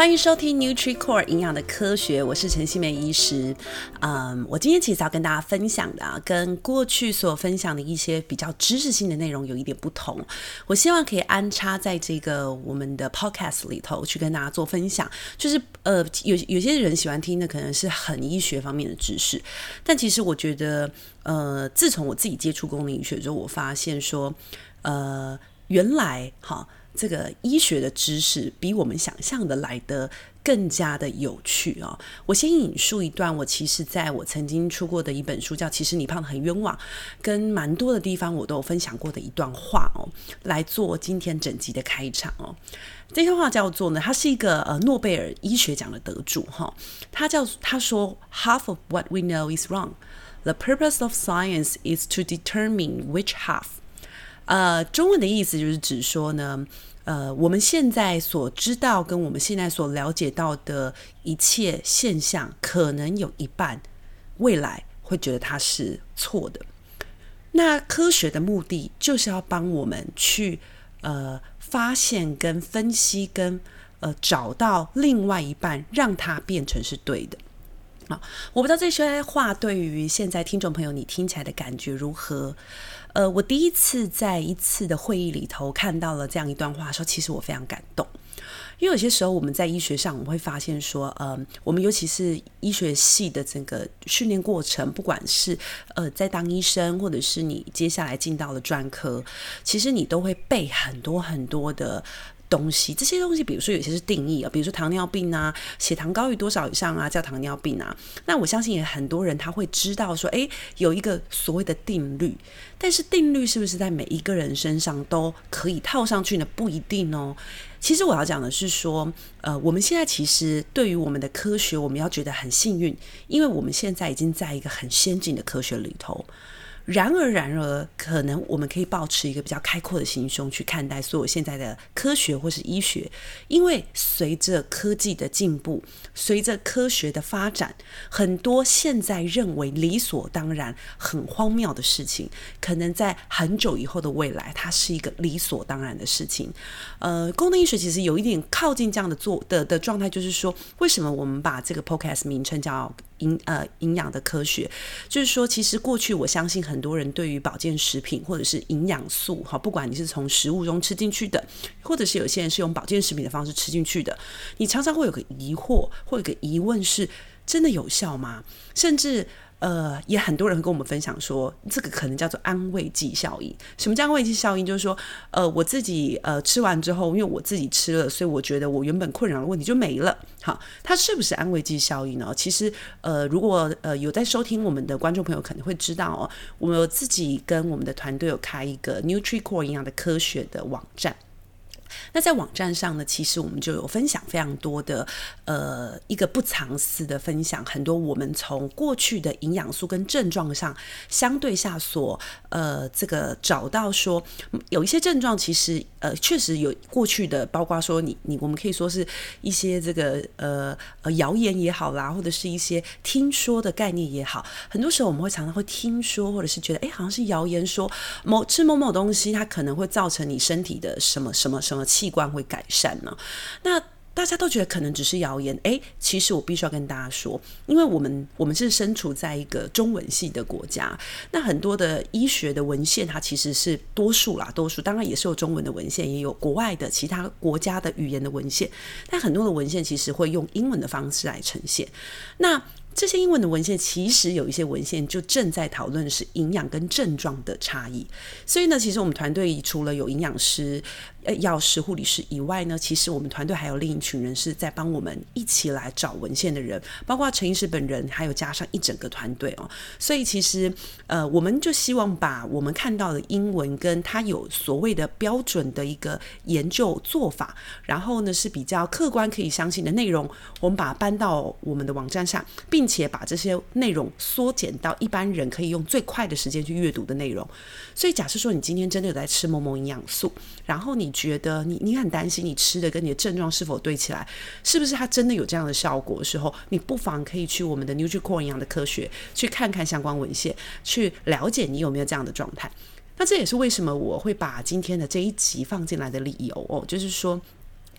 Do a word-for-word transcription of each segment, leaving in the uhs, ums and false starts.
欢迎收听 NutriCore 营养的科学，我是陈欣湄医师。嗯，我今天其实要跟大家分享的、啊、跟过去所分享的一些比较知识性的内容有一点不同。我希望可以安插在这个我们的 podcast 里头去跟大家做分享。就是呃，有有些人喜欢听的可能是很医学方面的知识，但其实我觉得，呃，自从我自己接触功能医学之后，我发现说，呃，原来哈。这个医学的知识比我们想象的来得更加的有趣哦。我先引述一段我其实在我曾经出过的一本书叫《其实你胖得很冤枉》，跟蛮多的地方我都有分享过的一段话哦，来做今天整集的开场哦。这段话叫做呢，他是一个呃诺贝尔医学奖的得主哈、哦，他叫他说 Half of what we know is wrong. The purpose of science is to determine which half.呃，中文的意思就是指说呢，呃，我们现在所知道跟我们现在所了解到的一切现象，可能有一半未来会觉得它是错的。那科学的目的就是要帮我们去呃发现跟分析跟呃找到另外一半，让它变成是对的。我不知道这些话对于现在听众朋友你听起来的感觉如何？呃，我第一次在一次的会议里头看到了这样一段话的时候，其实我非常感动。因为有些时候我们在医学上我们会发现说，呃，我们尤其是医学系的整个训练过程，不管是呃在当医生，或者是你接下来进到了专科，其实你都会背很多很多的东西，这些东西比如说有些是定义啊，比如说糖尿病啊，血糖高于多少以上啊叫糖尿病啊。那我相信也很多人他会知道说，诶，有一个所谓的定律，但是定律是不是在每一个人身上都可以套上去呢？不一定哦。其实我要讲的是说，呃，我们现在其实对于我们的科学，我们要觉得很幸运，因为我们现在已经在一个很先进的科学里头。然而，然而，可能我们可以抱持一个比较开阔的心胸去看待所有现在的科学或是医学，因为随着科技的进步，随着科学的发展，很多现在认为理所当然、很荒谬的事情，可能在很久以后的未来，它是一个理所当然的事情。呃，功能医学其实有一点靠近这样的做的的状态，就是说，为什么我们把这个 podcast 名称叫营呃营养的科学，就是说，其实过去我相信很多人对于保健食品或者是营养素，哈，不管你是从食物中吃进去的，或者是有些人是用保健食品的方式吃进去的，你常常会有个疑惑，或有个疑问是：真的有效吗？甚至。呃，也很多人会跟我们分享说，这个可能叫做安慰剂效应。什么叫安慰剂效应？就是说，呃，我自己呃吃完之后，因为我自己吃了，所以我觉得我原本困扰的问题就没了。好，它是不是安慰剂效应呢？其实，呃，如果呃有在收听我们的观众朋友可能会知道哦，我们自己跟我们的团队有开一个 NutriCore 营养的科学的网站。那在网站上呢，其实我们就有分享非常多的呃一个不藏私的分享，很多我们从过去的营养素跟症状上相对下所呃这个找到说有一些症状其实呃确实有过去的，包括说你你我们可以说是一些这个呃呃谣言也好啦，或者是一些听说的概念也好，很多时候我们会常常会听说，或者是觉得哎好像是谣言说某吃某某东西它可能会造成你身体的什么什么什么器官会改善呢？那大家都觉得可能只是谣言，诶，其实我必须要跟大家说，因为我们我们是身处在一个中文系的国家，那很多的医学的文献它其实是多数啦，多数当然也是有中文的文献，也有国外的其他国家的语言的文献，但很多的文献其实会用英文的方式来呈现。那这些英文的文献其实有一些文献就正在讨论的是营养跟症状的差异，所以呢，其实我们团队除了有营养师、药师、护理师以外呢，其实我们团队还有另一群人是在帮我们一起来找文献的人，包括陈医师本人，还有加上一整个团队哦。所以其实呃，我们就希望把我们看到的英文跟它有所谓的标准的一个研究做法，然后呢是比较客观可以相信的内容，我们把它搬到我们的网站上，并且把这些内容缩减到一般人可以用最快的时间去阅读的内容。所以假设说你今天真的有在吃某某营养素，然后你觉得你你很担心你吃的跟你的症状是否对起来，是不是它真的有这样的效果的时候，你不妨可以去我们的 NutriCore 营养的科学去看看相关文献，去了解你有没有这样的状态。那这也是为什么我会把今天的这一集放进来的理由哦，就是说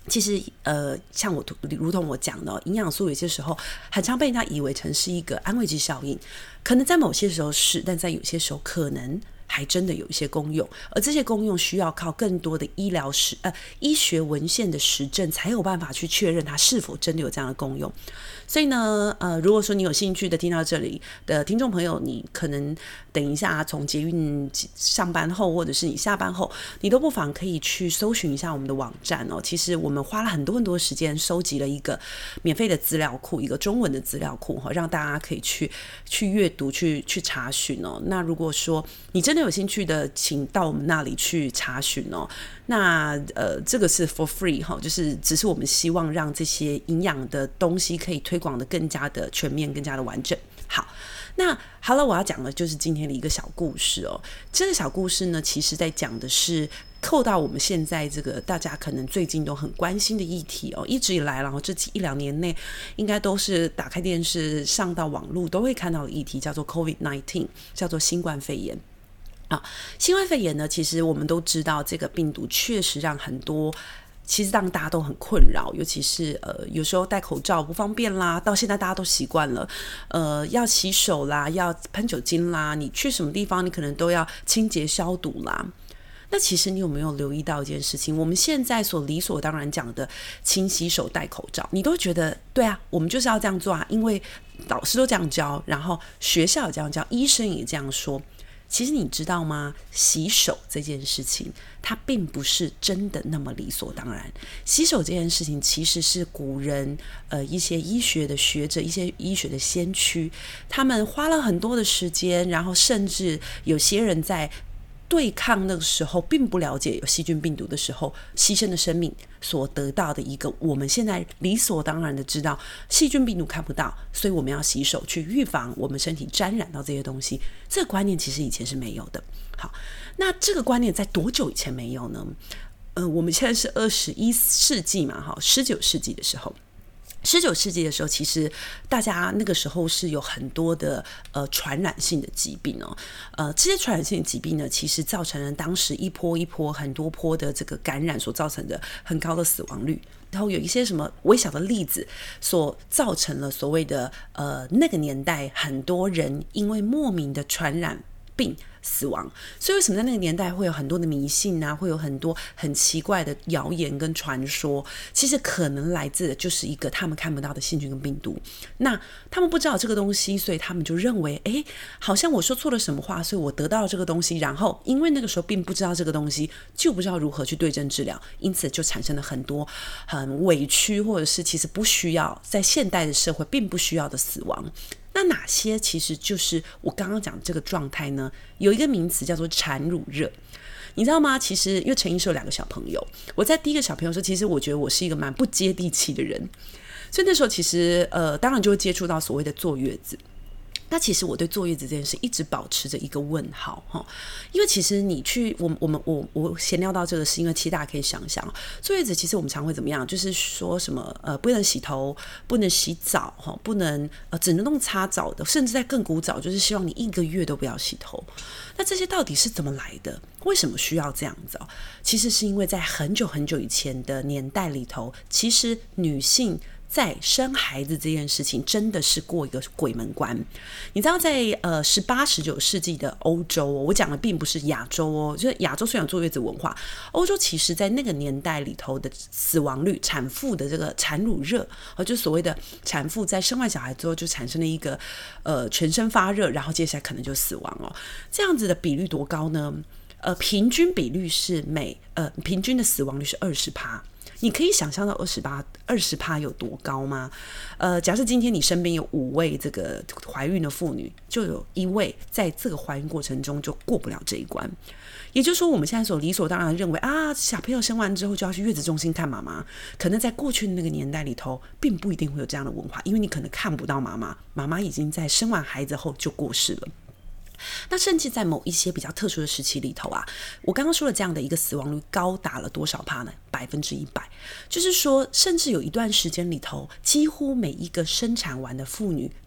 其实，呃，像我如同我讲的，营养素有些时候很常被人家以为成是一个安慰剂效应，可能在某些时候是，但在有些时候可能还真的有一些功用，而这些功用需要靠更多的医疗实呃医学文献的实证，才有办法去确认它是否真的有这样的功用。所以呢，呃，如果说你有兴趣的听到这里的听众朋友，你可能等一下从捷运上班后，或者是你下班后，你都不妨可以去搜寻一下我们的网站哦。其实我们花了很多很多时间收集了一个免费的资料库，一个中文的资料库，让大家可以去去阅读、去去查询哦。那如果说你真的有兴趣的，请到我们那里去查询哦。那呃，这个是 for free 哈，就是只是我们希望让这些营养的东西可以推广的更加的全面、更加的完整。好，那好了，我要讲的就是今天的一个小故事哦。这个小故事呢，其实在讲的是扣到我们现在这个大家可能最近都很关心的议题哦，一直以来，然后这一两年内，应该都是打开电视、上到网络都会看到的议题，叫做 COVID 十九， 叫做新冠肺炎。啊，新冠肺炎呢，其实我们都知道，这个病毒确实让很多，其实让大家都很困扰，尤其是呃，有时候戴口罩不方便啦，到现在大家都习惯了，呃，要洗手啦，要喷酒精啦，你去什么地方，你可能都要清洁消毒啦。那其实你有没有留意到一件事情？我们现在所理所当然讲的勤洗手、戴口罩，你都觉得对啊，我们就是要这样做啊，因为老师都这样教，然后学校也这样教，医生也这样说。其实你知道吗？洗手这件事情，它并不是真的那么理所当然。洗手这件事情，其实是古人呃一些医学的学者、一些医学的先驱，他们花了很多的时间，然后甚至有些人在对抗那个时候并不了解有细菌病毒的时候牺牲的生命所得到的一个我们现在理所当然的知道细菌病毒看不到，所以我们要洗手去预防我们身体沾染到这些东西，这个观念其实以前是没有的。好，那这个观念在多久以前没有呢？呃，我们现在是二十一世纪嘛，哈，十九世纪的时候。十九世纪的时候，其实大家那个时候是有很多的呃传染性的疾病哦，呃，这些传染性的疾病呢，其实造成了当时一波一波很多波的这个感染所造成的很高的死亡率，然后有一些什么微小的例子所造成了所谓的呃那个年代很多人因为莫名的传染病死亡，所以为什么在那个年代会有很多的迷信啊，会有很多很奇怪的谣言跟传说，其实可能来自的就是一个他们看不到的细菌跟病毒。那他们不知道这个东西，所以他们就认为诶，好像我说错了什么话，所以我得到了这个东西，然后因为那个时候并不知道这个东西，就不知道如何去对症治疗，因此就产生了很多很委屈，或者是其实不需要在现代的社会并不需要的死亡。那哪些其实就是我刚刚讲这个状态呢？有一个名词叫做产乳热，你知道吗？其实因为陈医师有两个小朋友，我在第一个小朋友的时候，其实我觉得我是一个蛮不接地气的人，所以那时候其实呃，当然就会接触到所谓的坐月子。那其实我对坐月子这件事一直保持着一个问号哈，因为其实你去我我们我我闲聊到这个是因为其实大家可以想想，坐月子其实我们常会怎么样，就是说什么呃不能洗头，不能洗澡哈，不能呃只能弄擦澡的，甚至在更古早就是希望你一个月都不要洗头。那这些到底是怎么来的？为什么需要这样子哦？其实是因为在很久很久以前的年代里头，其实女性在生孩子这件事情真的是过一个鬼门关。你知道在呃十八、十九世纪的欧洲哦，我讲的并不是亚洲哦，就是亚洲虽然有坐月子文化，欧洲其实在那个年代里头的死亡率、产妇的这个产乳热，哦，就所谓的产妇在生完小孩之后就产生了一个呃全身发热，然后接下来可能就死亡哦。这样子的比率多高呢？呃，平均比率是每呃平均的死亡率是二十趴。你可以想象到二十八、二十趴有多高吗？呃，假设今天你身边有五位这个怀孕的妇女，就有一位在这个怀孕过程中就过不了这一关。也就是说，我们现在所理所当然认为啊，小朋友生完之后就要去月子中心看妈妈，可能在过去的那个年代里头，并不一定会有这样的文化，因为你可能看不到妈妈，妈妈已经在生完孩子后就过世了。那甚至在某一些比较特殊的时期里头啊，我刚刚说的这样的一个死亡率高达了多少趴呢？百分之一百，就是说，甚至有一段时间里头，几乎每一个生产完的妇女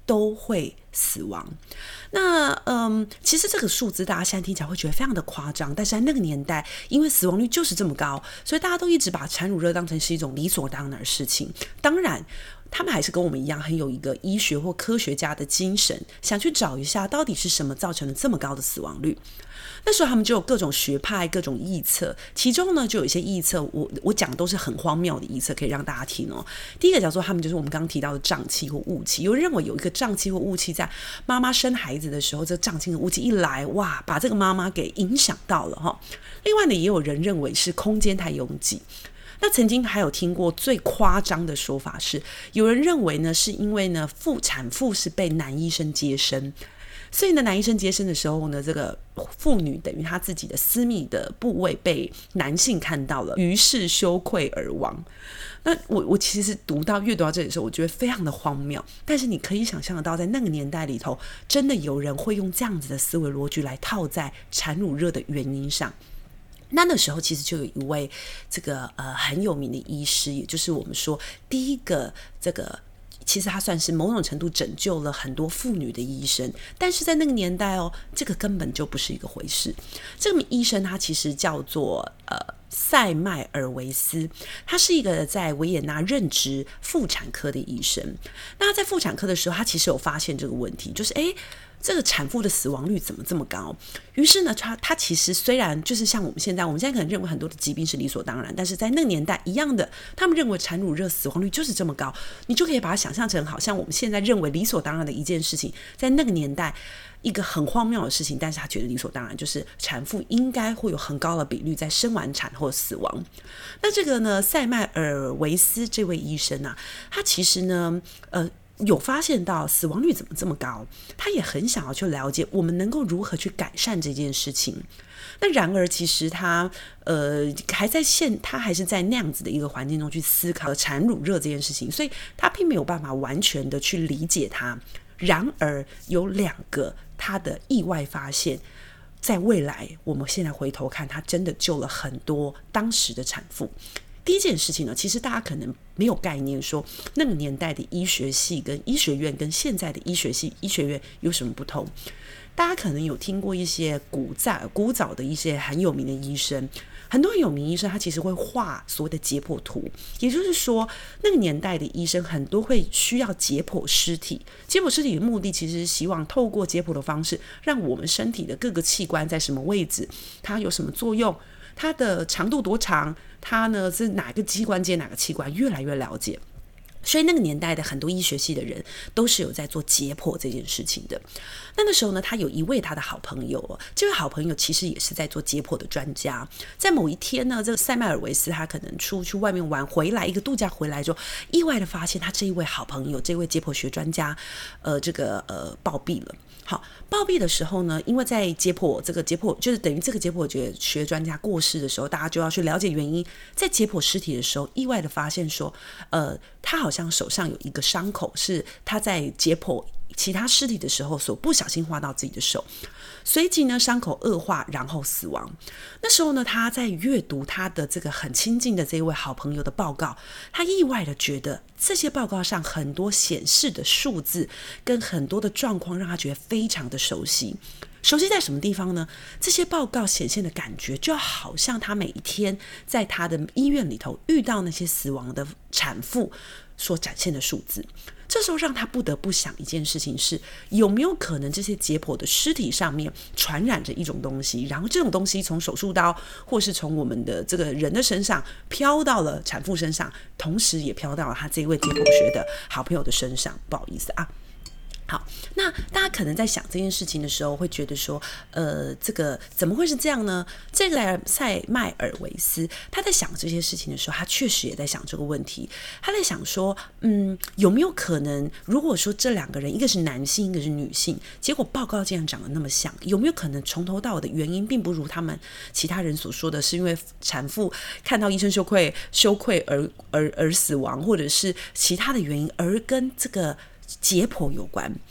都会死亡。那嗯，其实这个数字大家现在听起来会觉得非常的夸张，但是在那个年代，因为死亡率就是这么高，所以大家都一直把产乳热当成是一种理所当然的事情。当然他们还是跟我们一样很有一个医学或科学家的精神，想去找一下到底是什么造成了这么高的死亡率。那时候他们就有各种学派各种臆测，其中呢就有一些臆测我我讲的都是很荒谬的臆测，可以让大家听哦。第一个叫做他们就是我们刚刚提到的瘴气或雾气，有人认为有一个瘴气或雾气在妈妈生孩子的时候，这瘴气和雾气一来，哇，把这个妈妈给影响到了哈。另外呢，也有人认为是空间太拥挤。那曾经还有听过最夸张的说法是，有人认为呢是因为呢妇产妇是被男医生接生，所以呢男医生接生的时候呢，这个妇女等于她自己的私密的部位被男性看到了，于是羞愧而亡。那我我其实读到阅读到这里的时候，我觉得非常的荒谬，但是你可以想象得到，在那个年代里头，真的有人会用这样子的思维逻辑来套在产乳热的原因上。那那时候其实就有一位这个呃很有名的医师，也就是我们说第一个这个其实他算是某种程度拯救了很多妇女的医生，但是在那个年代哦，这个根本就不是一个回事。这个医生他其实叫做呃塞麦尔维斯，他是一个在维也纳任职妇产科的医生。那在妇产科的时候，他其实有发现这个问题，就是哎。这个产妇的死亡率怎么这么高？于是呢，他他其实虽然就是像我们现在，我们现在可能认为很多的疾病是理所当然，但是在那个年代一样的，他们认为产乳热死亡率就是这么高，你就可以把它想象成好像我们现在认为理所当然的一件事情，在那个年代一个很荒谬的事情，但是他觉得理所当然，就是产妇应该会有很高的比率在生完产后死亡。那这个呢，塞麦尔维斯这位医生啊，他其实呢，呃。有发现到死亡率怎么这么高，他也很想要去了解我们能够如何去改善这件事情。那然而其实他呃还在现他还是在那样子的一个环境中去思考产乳热这件事情，所以他并没有办法完全的去理解它。然而有两个他的意外发现，在未来我们现在回头看，他真的救了很多当时的产妇。第一件事情呢，其实大家可能没有概念说那个年代的医学系跟医学院跟现在的医学系医学院有什么不同。大家可能有听过一些古早古早的一些很有名的医生，很多很有名医生他其实会画所谓的解剖图，也就是说那个年代的医生很多会需要解剖尸体。解剖尸体的目的其实是希望透过解剖的方式，让我们身体的各个器官在什么位置，它有什么作用，它的长度多长，它呢是哪个器官接哪个器官，越来越了解。所以那个年代的很多医学系的人都是有在做解剖这件事情的。那那时候呢，他有一位他的好朋友、哦、这位好朋友其实也是在做解剖的专家。在某一天呢，这个塞麦尔维斯他可能出去外面玩回来，一个度假回来之后，意外的发现他这一位好朋友，这位解剖学专家呃，这个呃暴毙了。好，暴毙的时候呢，因为在解剖这个解剖，就是等于这个解剖学学专家过世的时候，大家就要去了解原因。在解剖尸体的时候，意外的发现说，呃，他好像手上有一个伤口，是他在解剖其他尸体的时候所不小心划到自己的手，随即呢伤口恶化，然后死亡。那时候呢，他在阅读他的这个很亲近的这一位好朋友的报告，他意外的觉得这些报告上很多显示的数字跟很多的状况让他觉得非常的熟悉。熟悉在什么地方呢？这些报告显现的感觉就好像他每一天在他的医院里头遇到那些死亡的产妇所展现的数字。这时候让他不得不想一件事情是，有没有可能这些解剖的尸体上面传染着一种东西，然后这种东西从手术刀或是从我们的这个人的身上飘到了产妇身上，同时也飘到了他这一位解剖学的好朋友的身上。不好意思啊。好，那大家可能在想这件事情的时候会觉得说，呃，这个怎么会是这样呢？这个塞麦尔维斯他在想这些事情的时候，他确实也在想这个问题。他在想说，嗯，有没有可能，如果说这两个人一个是男性，一个是女性，结果报告竟然长得那么像，有没有可能从头到尾的原因并不如他们其他人所说的是因为产妇看到医生羞愧羞愧而而而死亡，或者是其他的原因，而跟这个解剖有关？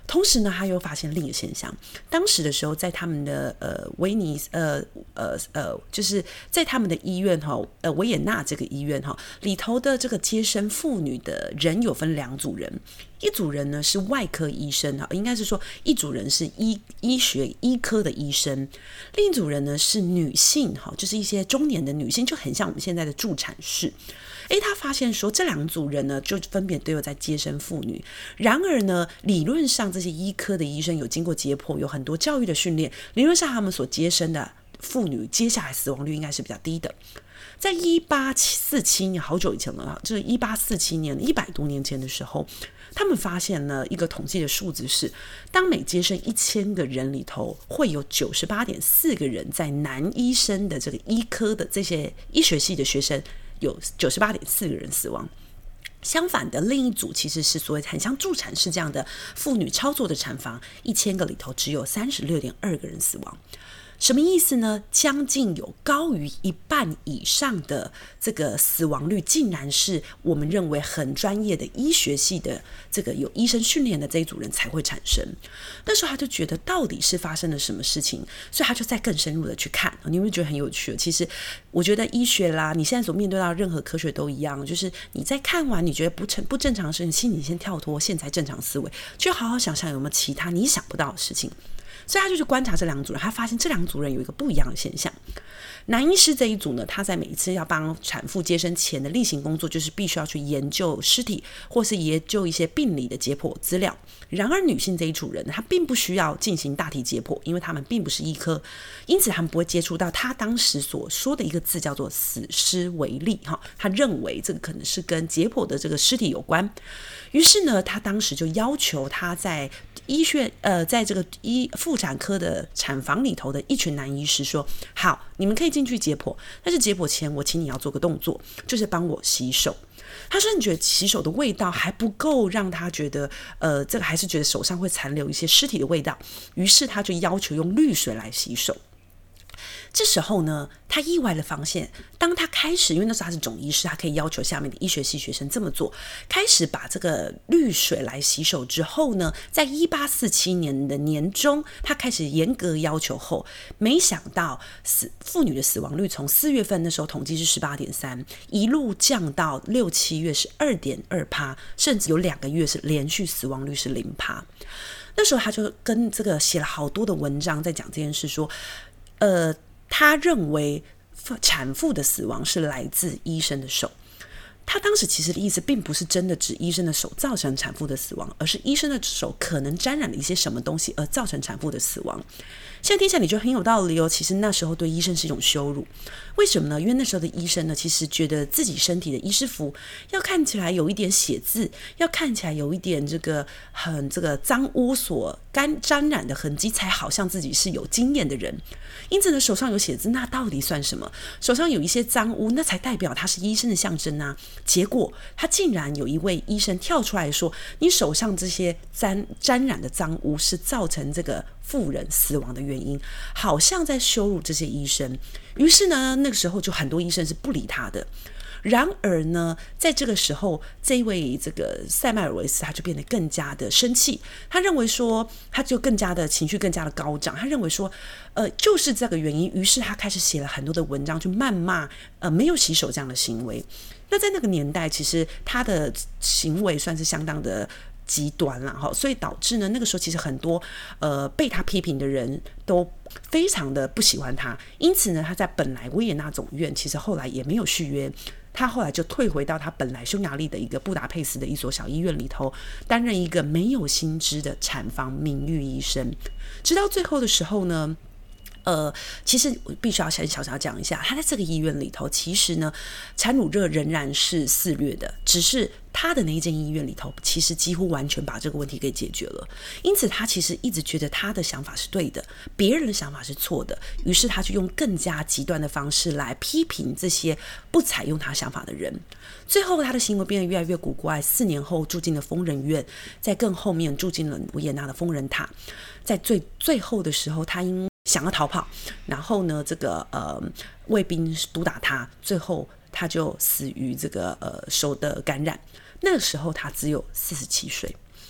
同时呢，他又发现另一个现象，当时的时候，在他们的呃威尼斯呃呃呃，就是在他们的医院哈，呃维也纳这个医院哈里头的这个接生妇女的人有分两组人，一组人呢是外科医生哈，应该是说一组人是医医学医科的医生，另一组人呢是女性哈，就是一些中年的女性，就很像我们现在的助产士。诶，他发现说这两组人呢，就分别都有在接生妇女。然而呢，理论上这些医科的医生有经过解剖，有很多教育的训练，理论上他们所接生的妇女接下来死亡率应该是比较低的。在一八四七年，好久以前了，就是一八四七年，一百多年前的时候，他们发现了一个统计的数字是，当每接生一千个人里头，会有九十八点四个人在男医生的这个医科的这些医学系的学生，有九十八点四个人死亡。相反的，另一组其实是所谓很像助产士这样的妇女操作的产房，一千个里头只有三十六点二个人死亡。什么意思呢？将近有高于一半以上的这个死亡率，竟然是我们认为很专业的医学系的这个有医生训练的这一组人才会产生。那时候他就觉得到底是发生了什么事情，所以他就再更深入的去看。你有没有觉得很有趣？其实我觉得医学啦，你现在所面对到任何科学都一样，就是你在看完你觉得不正不正常的事情，心里先跳脱现在正常思维，就好好想想有没有其他你想不到的事情。所以他就去观察这两组人，他发现这两组人有一个不一样的现象。男医师这一组呢，他在每一次要帮产妇接生前的例行工作，就是必须要去研究尸体，或是研究一些病理的解剖资料。然而女性这一组人，她并不需要进行大体解剖，因为他们并不是医科，因此他们不会接触到他当时所说的一个字叫做死尸为例。他认为这个可能是跟解剖的这个尸体有关，于是呢，他当时就要求他在医学呃，在这个医妇产科的产房里头的一群男医师说：好，你们可以进去解剖，但是解剖前我请你要做个动作，就是帮我洗手。他说你觉得洗手的味道还不够让他觉得呃，这个还是觉得手上会残留一些尸体的味道，于是他就要求用滤水来洗手。这时候呢，他意外的发现，当他开始，因为那时候他是总医师，他可以要求下面的医学系学生这么做，开始把这个滤水来洗手之后呢，在一八四七年的年中，他开始严格要求后，没想到死妇女的死亡率从四月份那时候统计是 十八点三， 一路降到六七月是 二点二%， 甚至有两个月是连续死亡率是 零%。那时候他就跟这个写了好多的文章在讲这件事，说呃他认为产妇的死亡是来自医生的手。他当时其实的意思并不是真的指医生的手造成产妇的死亡，而是医生的手可能沾染了一些什么东西而造成产妇的死亡。现在听起来你觉得很有道理哦，其实那时候对医生是一种羞辱。为什么呢？因为那时候的医生呢，其实觉得自己身体的医师服要看起来有一点血渍，要看起来有一点这个很这个脏污所干沾染的痕迹，才好像自己是有经验的人。因此呢，手上有血渍，那到底算什么？手上有一些脏污，那才代表他是医生的象征啊。结果他竟然有一位医生跳出来说，你手上这些沾沾染的脏污是造成这个妇人死亡的原因，好像在羞辱这些医生。于是呢，那个时候就很多医生是不理他的。然而呢，在这个时候，这一位这个塞麦尔维斯他就变得更加的生气，他认为说，他就更加的情绪更加的高涨，他认为说，呃，就是这个原因，于是他开始写了很多的文章去谩骂呃没有洗手这样的行为。那在那个年代，其实他的行为算是相当的极端啦，所以导致呢，那个时候其实很多呃被他批评的人都非常的不喜欢他，因此呢，他在本来维也纳总院其实后来也没有续约，他后来就退回到他本来匈牙利的一个布达佩斯的一所小医院里头，担任一个没有薪资的产房名誉医生，直到最后的时候呢。呃，其实我必须要先小小讲一下，他在这个医院里头，其实呢，产乳热仍然是肆虐的，只是他的那一间医院里头，其实几乎完全把这个问题给解决了。因此，他其实一直觉得他的想法是对的，别人的想法是错的。于是，他就用更加极端的方式来批评这些不采用他想法的人。最后，他的行为变得越来越古怪。四年后，住进了疯人院，在更后面住进了维也纳的疯人塔。在最最后的时候，他因想要逃跑，然后呢，这个呃卫兵毒打他，最后他就死于这个呃手的感染。那个时候他只有四十七岁。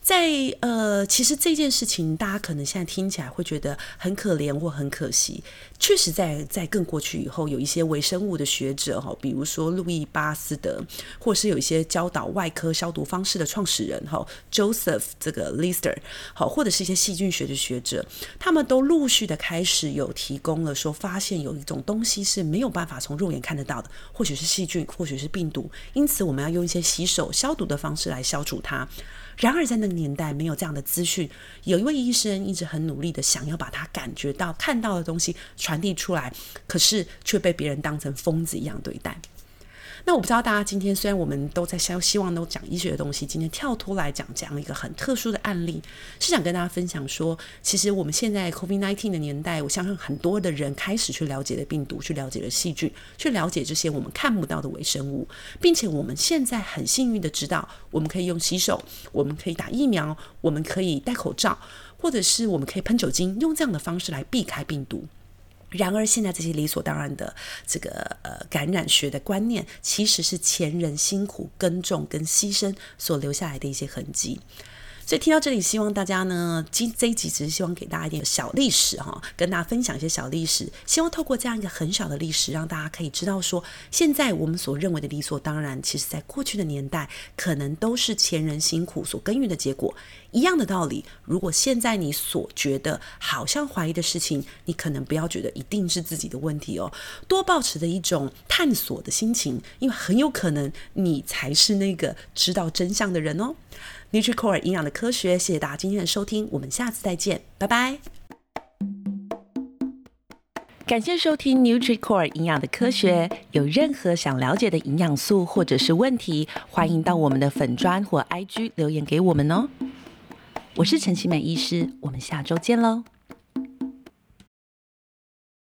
在呃，其实这件事情大家可能现在听起来会觉得很可怜或很可惜，确实在在更过去以后，有一些微生物的学者哈，比如说路易巴斯德，或是有一些教导外科消毒方式的创始人哈 Joseph 这个 Lister， 好，或者是一些细菌学的学者，他们都陆续的开始有提供了说，发现有一种东西是没有办法从肉眼看得到的，或许是细菌，或许是病毒，因此我们要用一些洗手消毒的方式来消除它。然而在那个年代没有这样的资讯，有一位医生一直很努力的想要把他感觉到看到的东西传递出来，可是却被别人当成疯子一样对待。那我不知道大家今天，虽然我们都在希望都讲医学的东西，今天跳脱来讲这样一个很特殊的案例，是想跟大家分享说，其实我们现在 COVID 十九 的年代，我相信很多的人开始去了解了病毒，去了解了细菌，去了解这些我们看不到的微生物，并且我们现在很幸运的知道，我们可以用洗手，我们可以打疫苗，我们可以戴口罩，或者是我们可以喷酒精，用这样的方式来避开病毒。然而现在这些理所当然的这个呃感染学的观念，其实是前人辛苦耕种跟牺牲所留下来的一些痕迹。所以听到这里，希望大家呢，这一集只是希望给大家一点小历史哈，跟大家分享一些小历史，希望透过这样一个很小的历史，让大家可以知道说，现在我们所认为的理所当然，其实在过去的年代，可能都是前人辛苦所耕耘的结果。一样的道理，如果现在你所觉得好像怀疑的事情，你可能不要觉得一定是自己的问题哦，多抱持的一种探索的心情，因为很有可能你才是那个知道真相的人哦。NutriCore 营养的科学，谢谢大家今天的收听，我们下次再见，拜拜。感谢收听 NutriCore 营养的科学，有任何想了解的营养素或者是问题，欢迎到我们的粉专或 I G 留言给我们哦。我是陈其美医师，我们下周见喽。